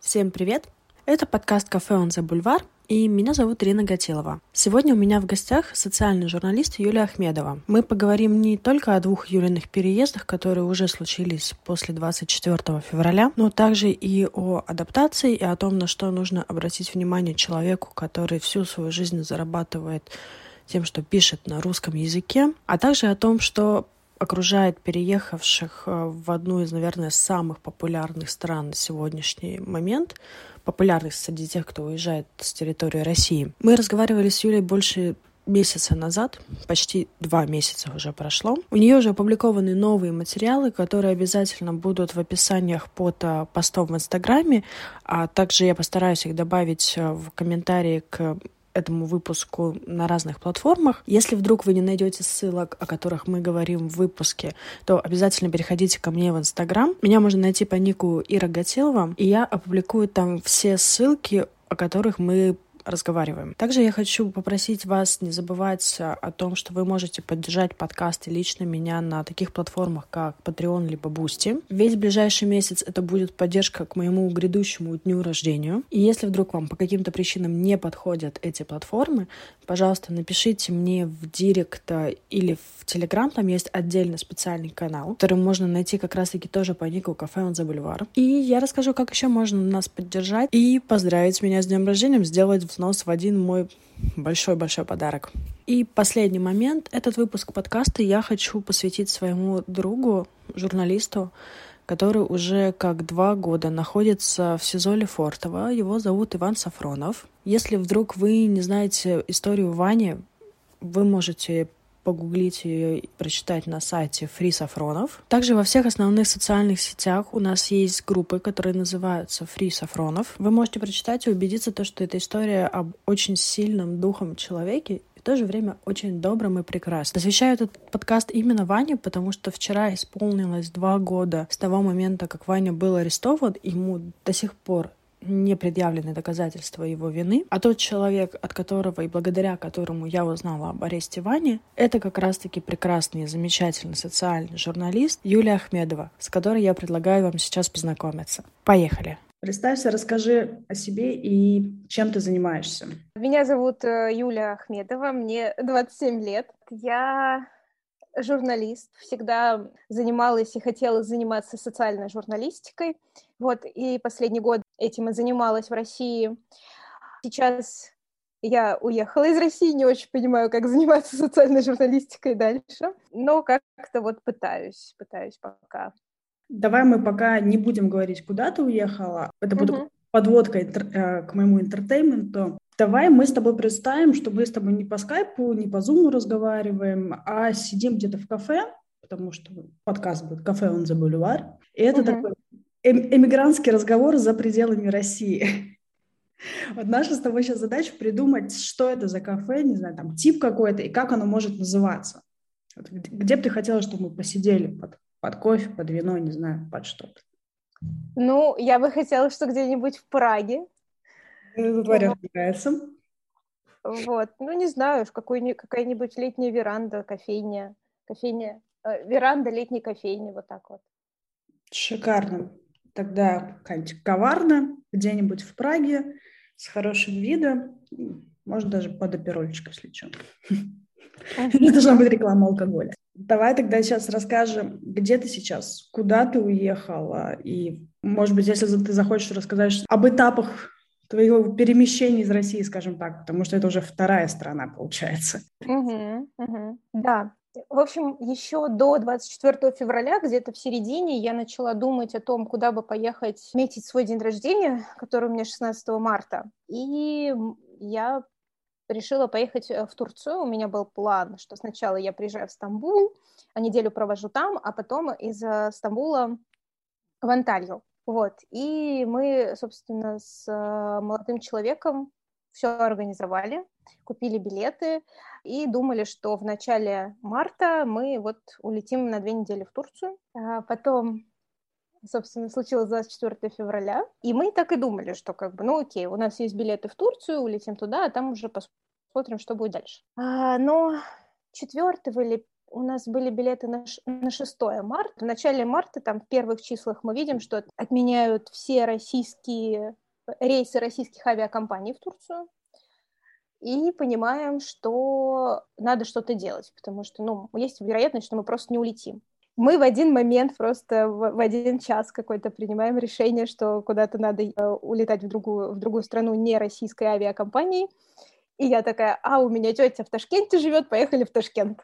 Всем привет! Это подкаст «Кафе on the Boulevard», и меня зовут Ирина Гатилова. Сегодня у меня в гостях социальный журналист Юлия Ахмедова. Мы поговорим не только о двух Юлиных переездах, которые уже случились после 24 февраля, но также и о адаптации, и о том, на что нужно обратить внимание человеку, который всю свою жизнь зарабатывает тем, что пишет на русском языке, а также о том, что окружает переехавших в одну из, наверное, самых популярных стран на сегодняшний момент, популярных среди тех, кто уезжает с территории России. Мы разговаривали с Юлей больше месяца назад, почти 2 месяца уже прошло. У нее уже опубликованы новые материалы, которые обязательно будут в описаниях под постом в Инстаграме, а также я постараюсь их добавить в комментарии к этому выпуску на разных платформах. Если вдруг вы не найдете ссылок, о которых мы говорим в выпуске, то обязательно переходите ко мне в Инстаграм. Меня можно найти по нику Ира Гатилова, и я опубликую там все ссылки, о которых мы разговариваем. Также я хочу попросить вас не забывать о том, что вы можете поддержать подкаст и лично меня на таких платформах, как Patreon либо Boosty. Весь ближайший месяц это будет поддержка к моему грядущему дню рождения. И если вдруг вам по каким-то причинам не подходят эти платформы, пожалуйста, напишите мне в директ или в Телеграм, там есть отдельно специальный канал, который можно найти как раз-таки тоже по нику «Кафе on the Boulevard». И я расскажу, как еще можно нас поддержать и поздравить меня с днем рождения, сделать взнос в один мой большой-большой подарок. И последний момент. Этот выпуск подкаста я хочу посвятить своему другу, журналисту, который уже как 2 года находится в СИЗО Лефортово. Его зовут Иван Сафронов. Если вдруг вы не знаете историю Вани, вы можете погуглить ее и прочитать на сайте Free Сафронов. Также во всех основных социальных сетях у нас есть группы, которые называются Free Сафронов. Вы можете прочитать и убедиться, что это история об очень сильном духом человеке, и в то же время очень добрым и прекрасным. Посвящаю этот подкаст именно Ване, потому что вчера исполнилось 2 года с того момента, как Ваня был арестован, и ему до сих пор не предъявлены доказательства его вины, а тот человек, от которого и благодаря которому я узнала об аресте Вани, это как раз-таки прекрасный и замечательный социальный журналист Юлия Ахмедова, с которой я предлагаю вам сейчас познакомиться. Поехали! Представься, расскажи о себе и чем ты занимаешься. Меня зовут Юлия Ахмедова, мне 27 лет. Я журналист, всегда занималась и хотела заниматься социальной журналистикой. И последний год этим и занималась в России. Сейчас я уехала из России, не очень понимаю, как заниматься социальной журналистикой дальше, но как-то пытаюсь пока. Давай мы пока не будем говорить, куда ты уехала. Это будет подводкой к моему интертейменту. Давай мы с тобой представим, что мы с тобой не по скайпу, не по зуму разговариваем, а сидим где-то в кафе, потому что подкаст будет «Кафе on the Boulevard». И это такой эмигрантский разговор за пределами России. Вот наша с тобой сейчас задача придумать, что это за кафе, не знаю, там тип какой-то и как оно может называться. Вот где бы ты хотела, чтобы мы посидели под кофе, под вино, не знаю, под что-то? Ну, я бы хотела, что где-нибудь в Праге. Этот вариант нравится. Ну, не знаю, какая-нибудь летняя веранда, кофейня, веранда летней кофейни, вот так вот. Шикарно. Тогда какая-нибудь каварна, где-нибудь в Праге, с хорошим видом, может, даже под аперольчиком слечем. Не должна быть реклама алкоголя. Давай тогда сейчас расскажем, где ты сейчас, куда ты уехала, и, может быть, если ты захочешь рассказать об этапах твоего перемещения из России, скажем так, потому что это уже 2-я страна, получается. Да. В общем, еще до 24 февраля, где-то в середине, я начала думать о том, куда бы поехать отметить свой день рождения, который у меня 16 марта. И я решила поехать в Турцию. У меня был план, что сначала я приезжаю в Стамбул, а неделю провожу там, а потом из Стамбула в Анталью. И мы, собственно, с молодым человеком все организовали, купили билеты и думали, что в начале марта мы улетим на 2 недели в Турцию. Потом, собственно, случилось 24 февраля, и мы так и думали, что окей, у нас есть билеты в Турцию, улетим туда, а там уже посмотрим, что будет дальше. Но 4 или У нас были билеты на 6 марта. В начале марта, там, в первых числах мы видим, что отменяют все рейсы российских авиакомпаний в Турцию. И понимаем, что надо что-то делать, потому что, есть вероятность, что мы просто не улетим. Мы в один момент, просто в один час какой-то принимаем решение, что куда-то надо улетать в другую страну не российской авиакомпании. И я такая, у меня тетя в Ташкенте живет, поехали в Ташкент.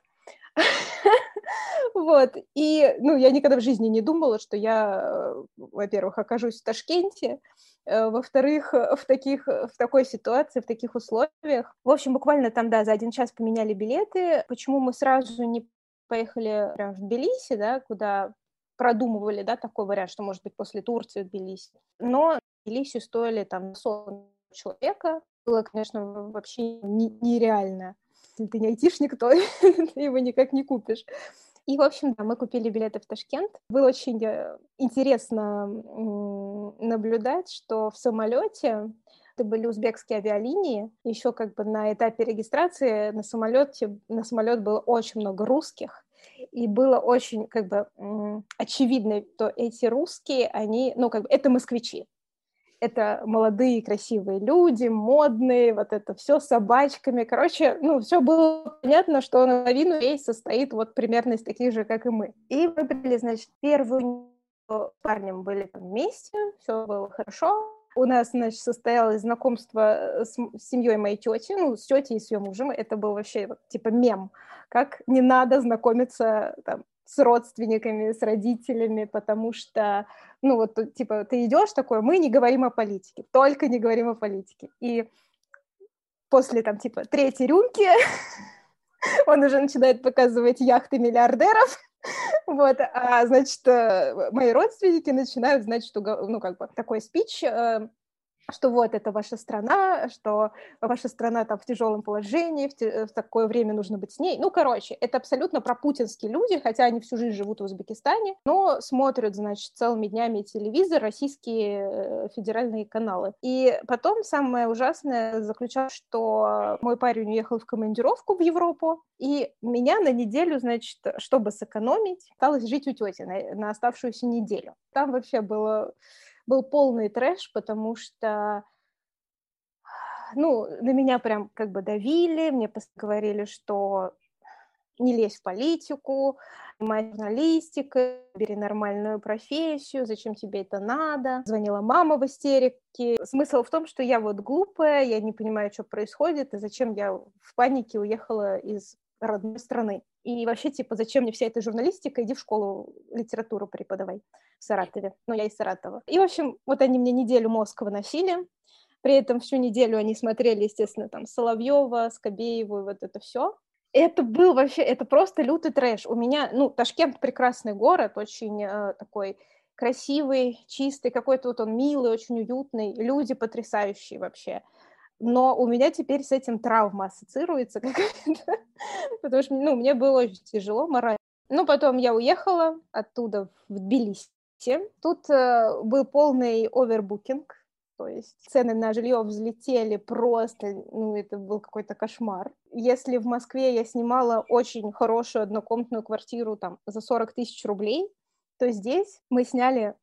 Вот, и, я никогда в жизни не думала, что я, во-первых, окажусь в Ташкенте, во-вторых, в такой ситуации, в таких условиях. В общем, буквально там, да, за 1 час поменяли билеты. Почему мы сразу не поехали прям в Тбилиси, да, куда продумывали, да, такой вариант, что, может быть, после Турции в Тбилиси. Но в Тбилиси стоили там 40 человека. Было, конечно, вообще нереально. Если ты не айтишник, то ты его никак не купишь. И, в общем, да, мы купили билеты в Ташкент. Было очень интересно наблюдать, что в самолете, это были узбекские авиалинии, еще как бы на этапе регистрации на самолет было очень много русских, и было очень как бы очевидно, что эти русские, они, это москвичи. Это молодые красивые люди, модные, вот это все с собачками. Короче, все было понятно, что половину рейс состоит вот примерно из таких же, как и мы. И мы были, значит, первую с парнем были вместе, все было хорошо. У нас, значит, состоялось знакомство с семьей моей тети, с тетей и с ее мужем. Это был вообще типа мем, как не надо знакомиться там с родственниками, с родителями, потому что, типа, ты идешь такой, мы не говорим о политике, только не говорим о политике. И после, там, типа, 3-й рюмки он уже начинает показывать яхты миллиардеров, вот, значит, мои родственники начинают, значит, такой спич, что вот это ваша страна, что ваша страна там в тяжелом положении, в такое время нужно быть с ней. Короче, это абсолютно пропутинские люди, хотя они всю жизнь живут в Узбекистане, но смотрят, значит, целыми днями телевизор, российские федеральные каналы. И потом самое ужасное заключалось, что мой парень уехал в командировку в Европу, и меня на неделю, значит, чтобы сэкономить, осталось жить у тети на оставшуюся неделю. Там вообще был полный трэш, потому что, на меня прям как бы давили, мне говорили, что не лезь в политику, занимайся журналистикой, бери нормальную профессию, зачем тебе это надо. Звонила мама в истерике. Смысл в том, что я вот глупая, я не понимаю, что происходит, и зачем я в панике уехала из родной страны. И вообще, типа, зачем мне вся эта журналистика, иди в школу литературу преподавай в Саратове. Я из Саратова. И, в общем, вот они мне неделю мозг выносили. При этом всю неделю они смотрели, естественно, там, Соловьева, Скобееву, вот это все. Это был вообще, это просто лютый трэш. У меня, Ташкент прекрасный город, очень такой красивый, чистый, какой-то вот он милый, очень уютный, люди потрясающие вообще. Но у меня теперь с этим травма ассоциируется какая-то, потому что, мне было очень тяжело морально. Потом я уехала оттуда в Тбилиси. Тут был полный овербукинг, то есть цены на жилье взлетели просто, это был какой-то кошмар. Если в Москве я снимала очень хорошую однокомнатную квартиру там за 40 тысяч рублей, то здесь мы сняли,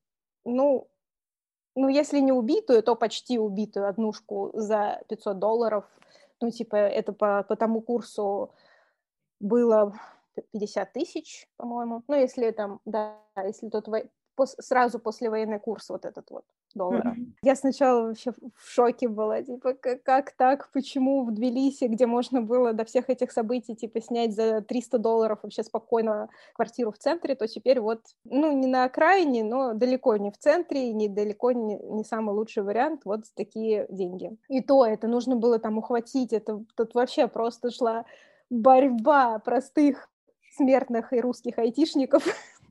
если не убитую, то почти убитую однушку за $500. Это по тому курсу было 50 тысяч, по-моему. Если там, да, если тот сразу после военный курс вот этот вот доллара. Mm-hmm. Я сначала вообще в шоке была, типа, как так, почему в Тбилиси, где можно было до всех этих событий, типа, снять за $300 вообще спокойно квартиру в центре, то теперь вот, не на окраине, но далеко не в центре, и далеко не самый лучший вариант, вот такие деньги. И то это нужно было там ухватить, тут вообще просто шла борьба простых смертных и русских айтишников.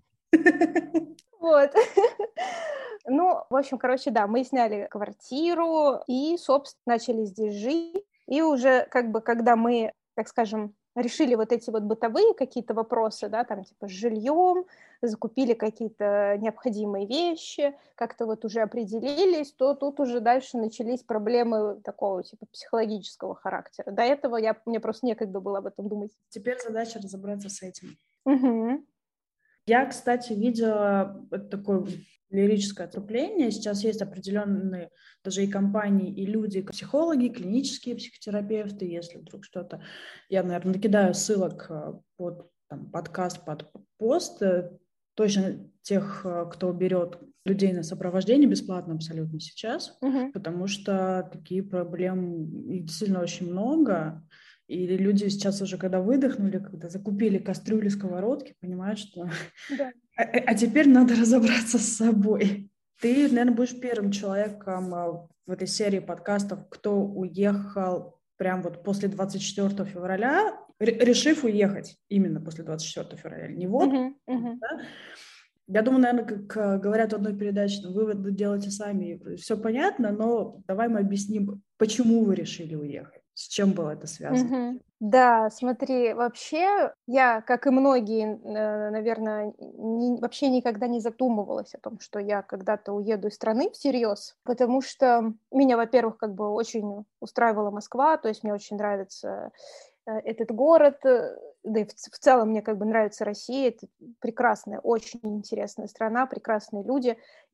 Вот. В общем, короче, да, мы сняли квартиру и, собственно, начали здесь жить. И уже, как бы, когда мы, так скажем, решили вот эти вот бытовые какие-то вопросы, да, там типа с жильем, закупили какие-то необходимые вещи, как-то вот уже определились, то тут уже дальше начались проблемы такого типа психологического характера. До этого мне просто некогда было об этом думать. Теперь задача разобраться с этим. Угу. Я, кстати, видела такое лирическое отступление. Сейчас есть определенные даже и компании, и люди, психологи, клинические психотерапевты, если вдруг что-то... Я, наверное, накидаю ссылок под подкаст, под пост. Точно тех, кто берет людей на сопровождение бесплатно абсолютно сейчас, потому что такие проблемы, их действительно очень много. И люди сейчас уже, когда выдохнули, когда закупили кастрюли, сковородки, понимают, что... Да. А теперь надо разобраться с собой. Ты, наверное, будешь первым человеком в этой серии подкастов, кто уехал прям вот после 24 февраля, решив уехать именно после 24 февраля. Не вот. Да? Я думаю, наверное, как говорят в одной передаче, выводы делайте сами. Все понятно, но давай мы объясним, почему вы решили уехать. С чем было это связано? Да, смотри, вообще я, как и многие, наверное, вообще никогда не задумывалась о том, что я когда-то уеду из страны всерьез, потому что меня, во-первых, как бы очень устраивала Москва, то есть мне очень нравится этот город, да и в целом мне как бы нравится Россия, это прекрасная, очень интересная страна, прекрасные люди.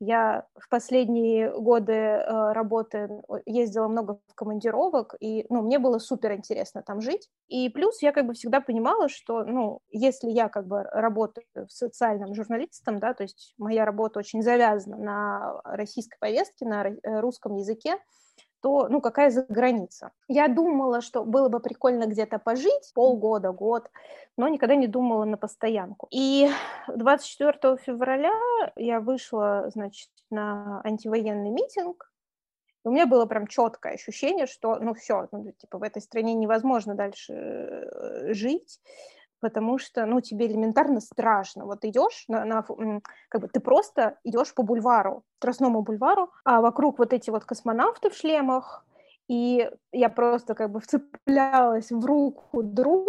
Я в последние годы работы ездила много в командировок, и мне было супер интересно там жить. И плюс я как бы всегда понимала, что если я как бы работаю социальным журналистом, да, то есть моя работа очень завязана на российской повестке, на русском языке, то, какая за граница? Я думала, что было бы прикольно где-то пожить полгода, год, но никогда не думала на постоянку. И 24 февраля я вышла, значит, на антивоенный митинг. У меня было прям четкое ощущение, что, все, типа в этой стране невозможно дальше жить, потому что, тебе элементарно страшно. Вот идешь как бы ты просто идешь по бульвару, Страстному бульвару, а вокруг вот эти вот космонавты в шлемах, и я просто как бы вцеплялась в руку друга,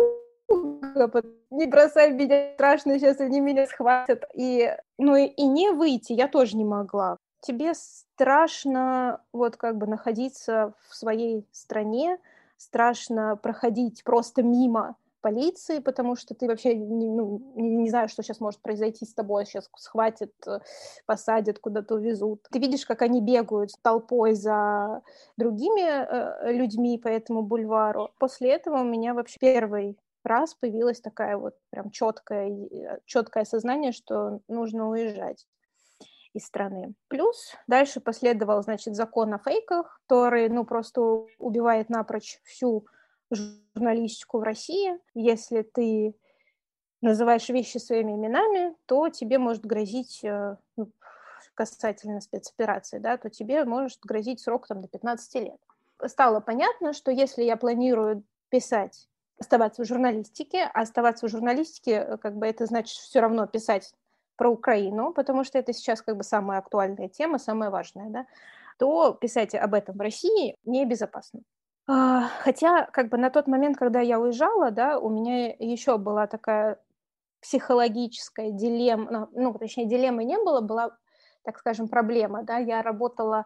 не бросай меня, страшно, сейчас они меня схватят. И не выйти я тоже не могла. Тебе страшно вот как бы находиться в своей стране, страшно проходить просто мимо полиции, потому что ты вообще не знаешь, что сейчас может произойти с тобой, сейчас схватят, посадят, куда-то увезут. Ты видишь, как они бегают толпой за другими людьми по этому бульвару. После этого у меня вообще первый раз появилось такое вот прям четкое сознание, что нужно уезжать из страны. Плюс дальше последовал, значит, закон о фейках, который, просто убивает напрочь всю журналистику в России. Если ты называешь вещи своими именами, то тебе может грозить, касательно спецоперации, да, то тебе может грозить срок там до 15 лет. Стало понятно, что если я планирую писать, оставаться в журналистике, а оставаться в журналистике, как бы это значит все равно писать про Украину, потому что это сейчас как бы самая актуальная тема, самая важная, да, то писать об этом в России небезопасно. Хотя как бы на тот момент, когда я уезжала, да, у меня еще была такая психологическая дилемма, точнее, дилеммы не было, была, так скажем, проблема, да, я работала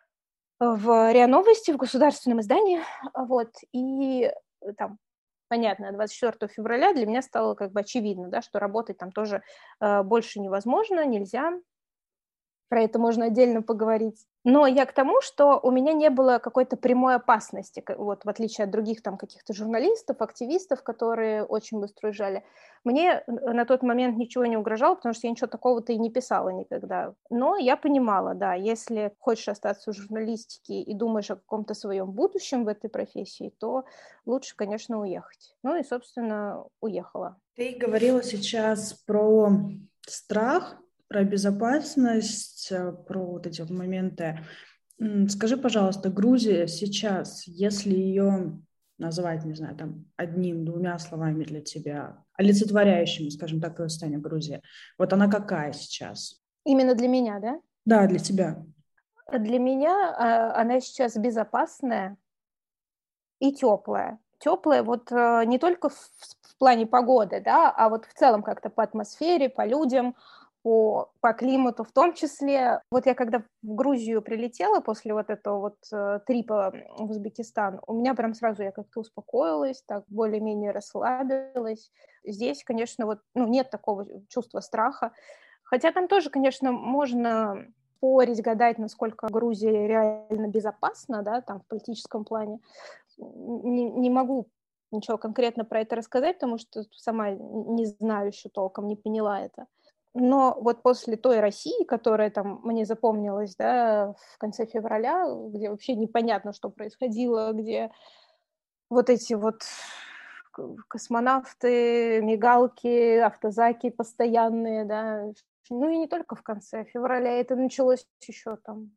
в РИА Новости, в государственном издании, вот, и там, понятно, 24 февраля для меня стало как бы очевидно, да, что работать там тоже больше невозможно, нельзя. Про это можно отдельно поговорить. Но я к тому, что у меня не было какой-то прямой опасности, вот в отличие от других там каких-то журналистов, активистов, которые очень быстро уезжали. Мне на тот момент ничего не угрожало, потому что я ничего такого-то и не писала никогда. Но я понимала, да, если хочешь остаться в журналистике и думаешь о каком-то своем будущем в этой профессии, то лучше, конечно, уехать. И, собственно, уехала. Ты говорила сейчас про страх, про безопасность, про вот эти вот моменты. Скажи, пожалуйста, Грузия сейчас, если ее назвать, не знаю, там одним-двумя словами для тебя, олицетворяющими, скажем так, твое состояние Грузии, вот она какая сейчас? Именно для меня, да? Да, для тебя. Для меня она сейчас безопасная и теплая. теплое, вот не только в плане погоды, да, а вот в целом как-то по атмосфере, по людям, по климату в том числе. Вот я когда в Грузию прилетела после вот этого вот трипа в Узбекистан, у меня прям сразу я как-то успокоилась, так более-менее расслабилась. Здесь, конечно, вот, ну, нет такого чувства страха. Хотя там тоже, конечно, можно спорить, гадать, насколько Грузия реально безопасна, да, там в политическом плане. Не могу ничего конкретно про это рассказать, потому что сама не знаю еще толком, не поняла это. Но вот после той России, которая там мне запомнилась, да, в конце февраля, где вообще непонятно, что происходило, где вот эти вот космонавты, мигалки, автозаки постоянные, да, ну и не только в конце февраля, это началось еще там.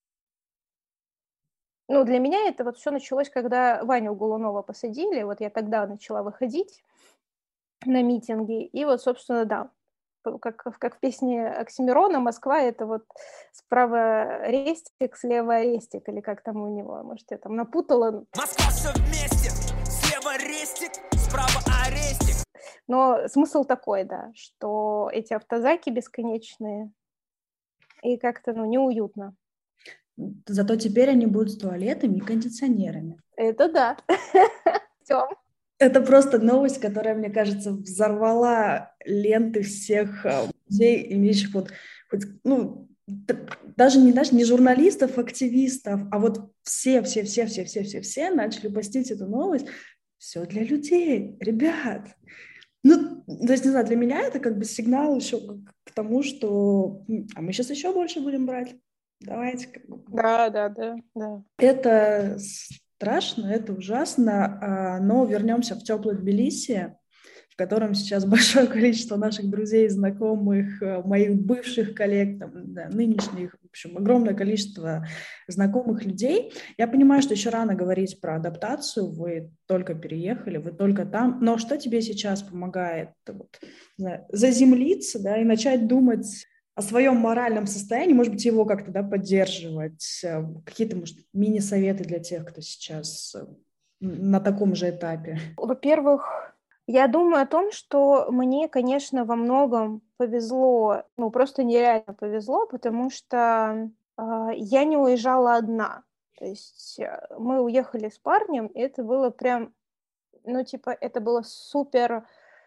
Ну, для меня это вот все началось, когда Ваню Голунова посадили, вот я тогда начала выходить на митинги, и вот, собственно, да, как в песне Оксимирона «Москва» — это вот справа рестик, слева арестик, или как там у него, может, я там напутала. Москва все вместе, слева рестик, справа арестик. Но смысл такой, да, что эти автозаки бесконечные, и как-то, ну, неуютно. Зато теперь они будут с туалетами и кондиционерами. Это да. Всё. Это просто новость, которая, мне кажется, взорвала ленты всех людей, имеющих ну, даже не журналистов, активистов, а вот все начали постить эту новость. Все для людей, ребят. Ну, то есть, не знаю, для меня это как бы сигнал еще к тому, что а мы сейчас еще больше будем брать. Давайте. Да. Это страшно, это ужасно, но вернемся в теплый Тбилиси, в котором сейчас большое количество наших друзей, знакомых, моих бывших коллег, там, да, нынешних, в общем, огромное количество знакомых людей. Я понимаю, что еще рано говорить про адаптацию, вы только переехали, вы только там, но что тебе сейчас помогает вот, не знаю, заземлиться, да, и начать думать о своем моральном состоянии, может быть, его как-то, да, поддерживать, какие-то, может, мини-советы для тех, кто сейчас на таком же этапе? Во-первых, я думаю о том, что мне, конечно, во многом повезло, ну, просто нереально повезло, потому что я не уезжала одна. То есть мы уехали с парнем, и это было прям, ну, типа, это было супер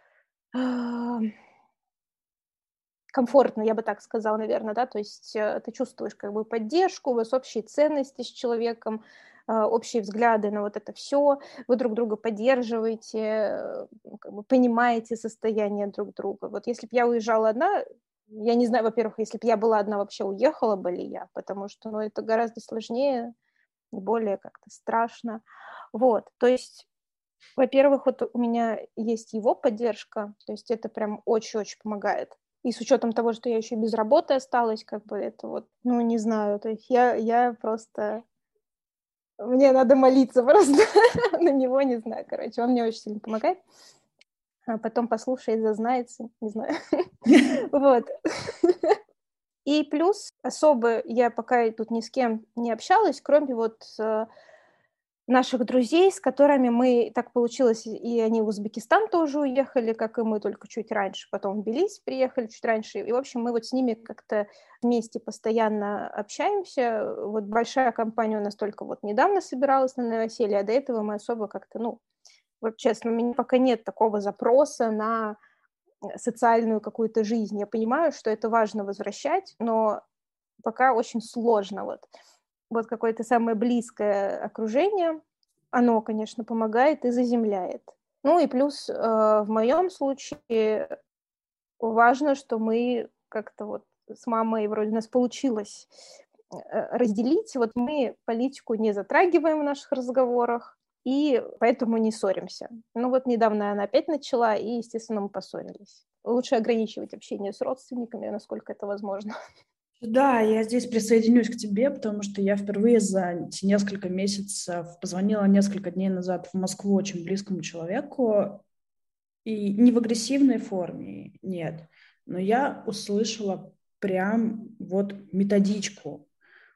комфортно, я бы так сказала, наверное, да, то есть ты чувствуешь как бы поддержку, у вас общие ценности с человеком, общие взгляды на вот это все, вы друг друга поддерживаете, как бы понимаете состояние друг друга. Вот если бы я уезжала одна, я не знаю, во-первых, если бы я была одна, вообще уехала бы ли я, потому что, ну, это гораздо сложнее и более как-то страшно. Вот, то есть, во-первых, вот у меня есть его поддержка, то есть это прям очень-очень помогает. И с учетом того, что я еще без работы осталась, как бы это вот, ну, не знаю, то есть я просто... Мне надо молиться просто на него, не знаю, короче, он мне очень сильно помогает. А потом послушает, зазнается, не знаю. Вот. И плюс особо я пока тут ни с кем не общалась, кроме вот наших друзей, с которыми мы, так получилось, и они в Узбекистан тоже уехали, как и мы, только чуть раньше, потом в Тбилиси приехали чуть раньше, и, в общем, мы вот с ними как-то вместе постоянно общаемся. Вот большая компания у нас только вот недавно собиралась на новоселье, а до этого мы особо как-то, ну, вот честно, у меня пока нет такого запроса на социальную какую-то жизнь. Я понимаю, что это важно возвращать, но пока очень сложно вот какое-то самое близкое окружение, оно, конечно, помогает и заземляет. Ну и плюс в моем случае важно, что мы как-то вот с мамой вроде у нас получилось разделить. Вот мы политику не затрагиваем в наших разговорах, и поэтому не ссоримся. Ну вот недавно она опять начала, и, естественно, мы поссорились. Лучше ограничивать общение с родственниками, насколько это возможно. Да, я здесь присоединюсь к тебе, потому что я впервые за эти несколько месяцев позвонила несколько дней назад в Москву очень близкому человеку, и не в агрессивной форме, нет, но я услышала прям вот методичку,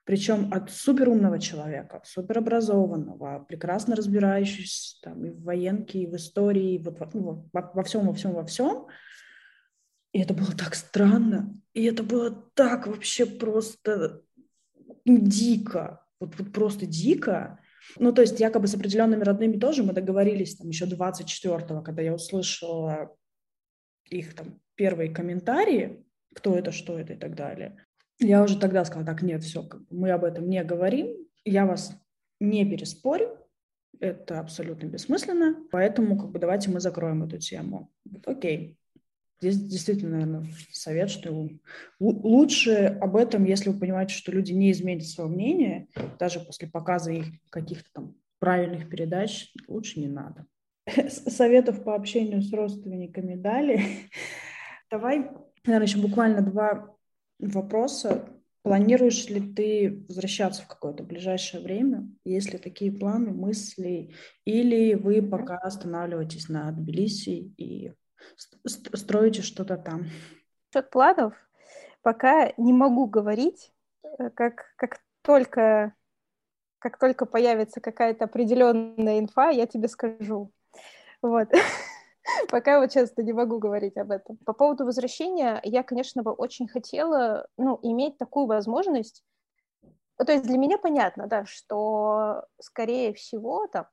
Причем от суперумного человека, суперобразованного, прекрасно разбирающегося там и в военке, и в истории, и вот во всем, во всем, во всем. И это было так странно. И это было так вообще просто дико. Вот просто дико. Ну, то есть якобы с определенными родными тоже мы договорились там еще 24-го, когда я услышала их там первые комментарии, кто это, что это и так далее. Я уже тогда сказала, так, нет, все, мы об этом не говорим, я вас не переспорю, это абсолютно бессмысленно, поэтому давайте мы закроем эту тему. Окей. Здесь действительно, наверное, совет, что лучше об этом, если вы понимаете, что люди не изменят свое мнение, даже после показа их каких-то там правильных передач, лучше не надо. Советов по общению с родственниками дали. Давай, наверное, еще буквально 2 вопроса. Планируешь ли ты возвращаться в какое-то ближайшее время? Есть ли такие планы, мысли? Или вы пока останавливаетесь на Тбилиси и строите что-то там? Насчет планов пока не могу говорить. Как только появится какая-то определенная инфа, я тебе скажу. Вот. Пока вот честно не могу говорить об этом. По поводу возвращения, я, конечно, бы очень хотела, иметь такую возможность. То есть для меня понятно, да, что, скорее всего, там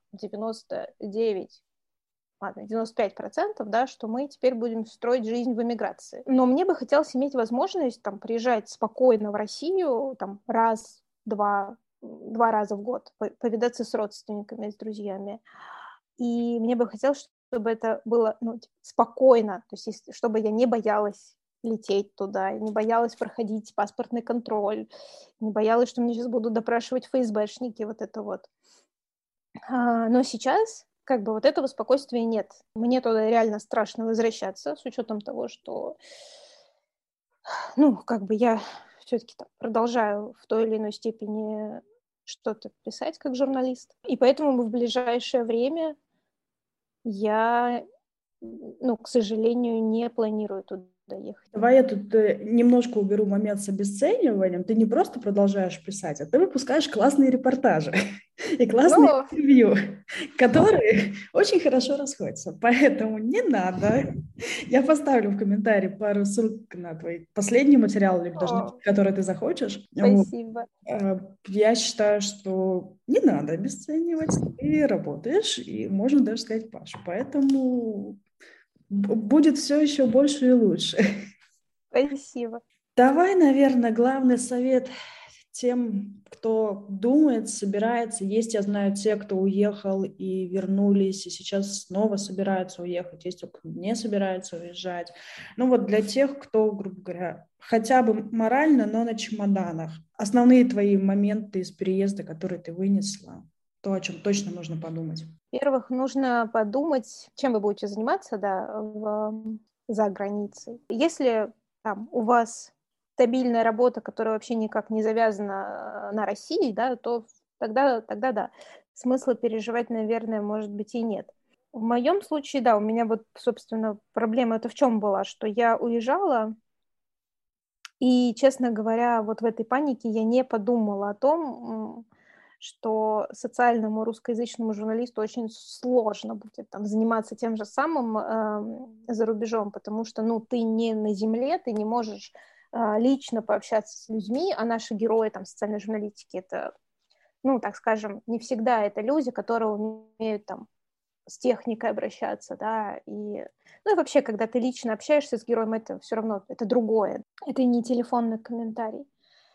95%, да, что мы теперь будем строить жизнь в эмиграции. Но мне бы хотелось иметь возможность там приезжать спокойно в Россию там два раза в год, повидаться с родственниками, с друзьями. И мне бы хотелось, чтобы это было спокойно, то есть чтобы я не боялась лететь туда, не боялась проходить паспортный контроль, не боялась, что меня сейчас будут допрашивать ФСБшники, вот это вот. Но сейчас вот этого спокойствия нет. Мне туда реально страшно возвращаться, с учетом того, что я все-таки продолжаю в той или иной степени что-то писать как журналист. И поэтому в ближайшее время я, к сожалению, не планирую туда ехать. Давай я тут немножко уберу момент с обесцениванием. Ты не просто продолжаешь писать, а ты выпускаешь классные репортажи и классные интервью, которые очень хорошо расходятся. Поэтому не надо. Я поставлю в комментарии пару ссылок на твой последний материал, либо даже на который ты захочешь. Спасибо. Я считаю, что не надо обесценивать. Ты работаешь, и можно даже сказать Паша. Поэтому будет все еще больше и лучше. Спасибо. Давай, наверное, главный совет тем, кто думает, собирается. Есть, я знаю, те, кто уехал и вернулись, и сейчас снова собираются уехать. Есть, кто не собирается уезжать. Для тех, кто, грубо говоря, хотя бы морально, но на чемоданах. Основные твои моменты из переезда, которые ты вынесла, то, о чем точно нужно подумать. Во-первых, нужно подумать, чем вы будете заниматься, за границей. Если у вас стабильная работа, которая вообще никак не завязана на России, да, то тогда да. Смысла переживать, наверное, может быть и нет. В моем случае, да, у меня собственно, проблема это в чем была, что я уезжала, и, честно говоря, в этой панике я не подумала о том, что социальному русскоязычному журналисту очень сложно будет заниматься тем же самым за рубежом, потому что, ты не на земле, ты не можешь лично пообщаться с людьми, а наши герои социальной журналистики это, так скажем, не всегда это люди, которые умеют с техникой обращаться, да, и вообще, когда ты лично общаешься с героем, это все равно, это другое, это не телефонный комментарий.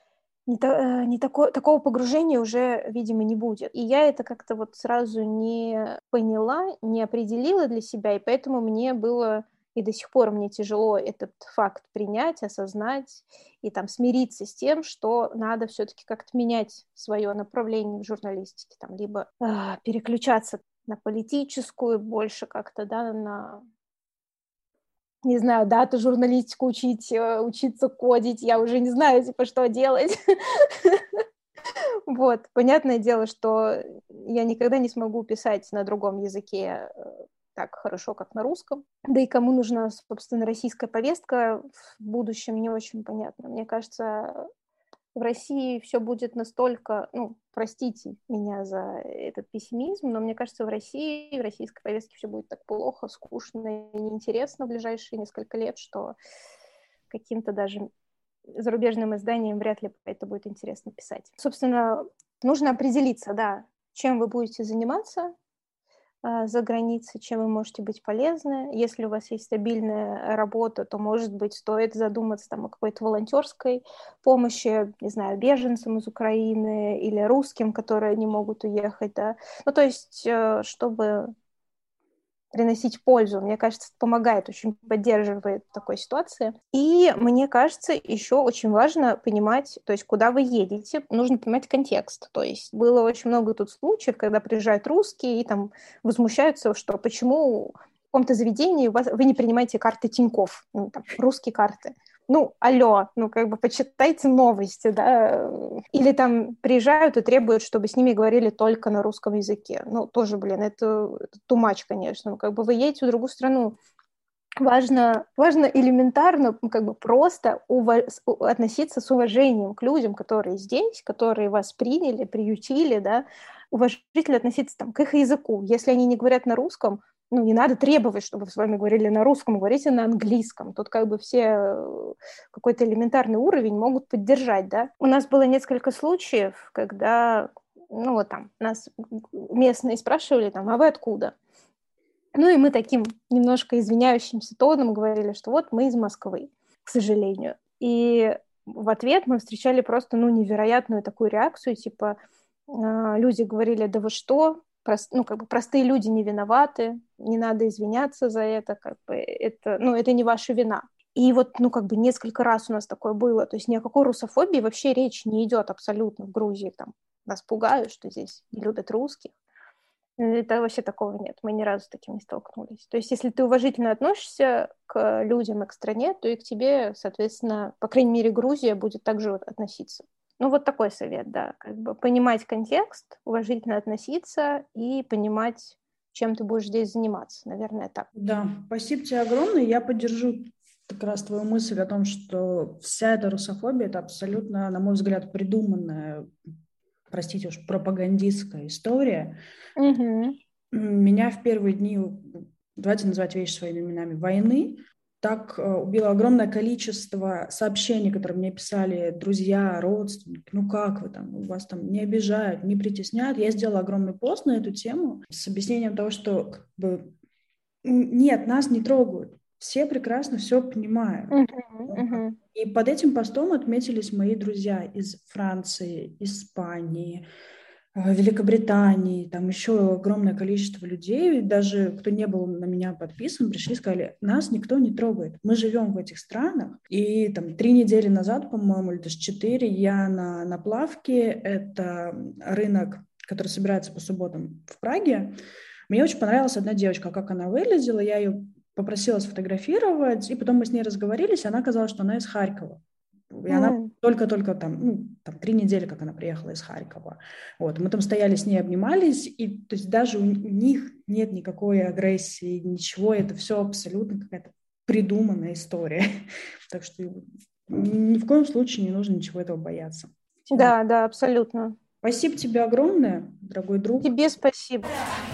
Такого погружения уже, видимо, не будет. И я это как-то сразу не поняла, не определила для себя, и поэтому мне было, и до сих пор мне тяжело этот факт принять, осознать и смириться с тем, что надо все-таки как-то менять свое направление в журналистике, либо переключаться на политическую больше как-то, да, на... не знаю, дату журналистику учиться кодить, я уже не знаю, что делать. Понятное дело, что я никогда не смогу писать на другом языке так хорошо, как на русском. Да и кому нужна, собственно, российская повестка в будущем, не очень понятно. Мне кажется, в России все будет настолько, простите меня за этот пессимизм, но мне кажется, в российской повестке все будет так плохо, скучно и неинтересно в ближайшие несколько лет, что каким-то даже зарубежным изданиям вряд ли это будет интересно писать. Собственно, нужно определиться, да, чем вы будете заниматься за границей, чем вы можете быть полезны. Если у вас есть стабильная работа, то, может быть, стоит задуматься там о какой-то волонтерской помощи, не знаю, беженцам из Украины или русским, которые не могут уехать, да. То есть, чтобы приносить пользу. Мне кажется, это помогает, очень поддерживает в такой ситуации. И мне кажется, еще очень важно понимать, то есть куда вы едете, нужно понимать контекст. То есть было очень много тут случаев, когда приезжают русские и там возмущаются, что почему в каком-то заведении вы не принимаете карты Тинькофф, русские карты. Алло, почитайте новости, да, или там приезжают и требуют, чтобы с ними говорили только на русском языке. Тоже, это too much, конечно. Вы едете в другую страну. Важно элементарно, просто относиться с уважением к людям, которые здесь, которые вас приняли, приютили, да, уважительно относиться к их языку. Если они не говорят на русском, не надо требовать, чтобы с вами говорили на русском, говорите на английском. Тут все какой-то элементарный уровень могут поддержать, да. У нас было несколько случаев, когда, нас местные спрашивали, а вы откуда? И мы таким немножко извиняющимся тоном говорили, что вот мы из Москвы, к сожалению. И в ответ мы встречали просто, невероятную такую реакцию, люди говорили, да вы что? Простые люди не виноваты, не надо извиняться за это, это не ваша вина. И несколько раз у нас такое было, то есть ни о какой русофобии вообще речь не идет абсолютно в Грузии, нас пугают, что здесь не любят русских. Это вообще такого нет, мы ни разу с таким не столкнулись. То есть если ты уважительно относишься к людям и к стране, то и к тебе, соответственно, по крайней мере, Грузия будет также относиться. Такой совет, да, понимать контекст, уважительно относиться и понимать, чем ты будешь здесь заниматься, наверное, так. Да, спасибо тебе огромное, я поддержу как раз твою мысль о том, что вся эта русофобия – это абсолютно, на мой взгляд, придуманная, простите уж, пропагандистская история. Угу. Меня в первые дни, давайте называть вещи своими именами, войны, так убило огромное количество сообщений, которые мне писали друзья, родственники. Как вы там, вас там не обижают, не притесняют. Я сделала огромный пост на эту тему с объяснением того, что нет, нас не трогают. Все прекрасно все понимают. И под этим постом отметились мои друзья из Франции, Испании, Великобритании, там еще огромное количество людей, даже кто не был на меня подписан, пришли и сказали, нас никто не трогает, мы живем в этих странах. И 3 недели назад, по-моему, или даже 4, я на Плавке, это рынок, который собирается по субботам в Праге. Мне очень понравилась одна девочка, как она выглядела, я ее попросила сфотографировать, и потом мы с ней разговорились, и она оказалась, что она из Харькова. И она только-только 3 недели, как она приехала из Харькова. Мы там стояли с ней, обнимались, и то есть даже у них нет никакой агрессии, ничего, это все абсолютно какая-то придуманная история. Так что ни в коем случае не нужно ничего этого бояться. Да, абсолютно. Спасибо тебе огромное, дорогой друг. Тебе спасибо.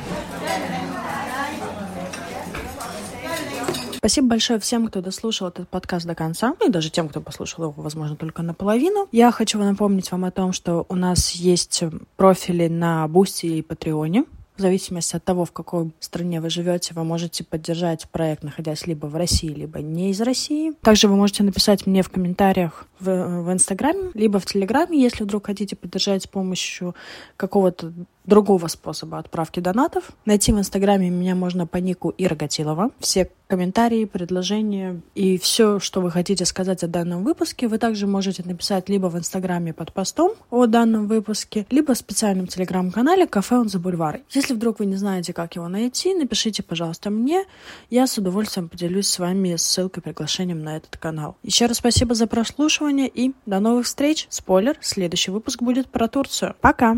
Спасибо большое всем, кто дослушал этот подкаст до конца, и даже тем, кто послушал его, возможно, только наполовину. Я хочу напомнить вам о том, что у нас есть профили на Boosty и Патреоне. В зависимости от того, в какой стране вы живете, вы можете поддержать проект, находясь либо в России, либо не из России. Также вы можете написать мне в комментариях в Инстаграме, либо в Телеграме, если вдруг хотите поддержать с помощью какого-то другого способа отправки донатов. Найти в Инстаграме меня можно по нику Ира Гатилова. Все комментарии, предложения и все, что вы хотите сказать о данном выпуске, вы также можете написать либо в Инстаграме под постом о данном выпуске, либо в специальном Телеграм-канале «Кафе он за бульвар». Если вдруг вы не знаете, как его найти, напишите, пожалуйста, мне. Я с удовольствием поделюсь с вами ссылкой, приглашением на этот канал. Еще раз спасибо за прослушивание и до новых встреч. Спойлер, следующий выпуск будет про Турцию. Пока!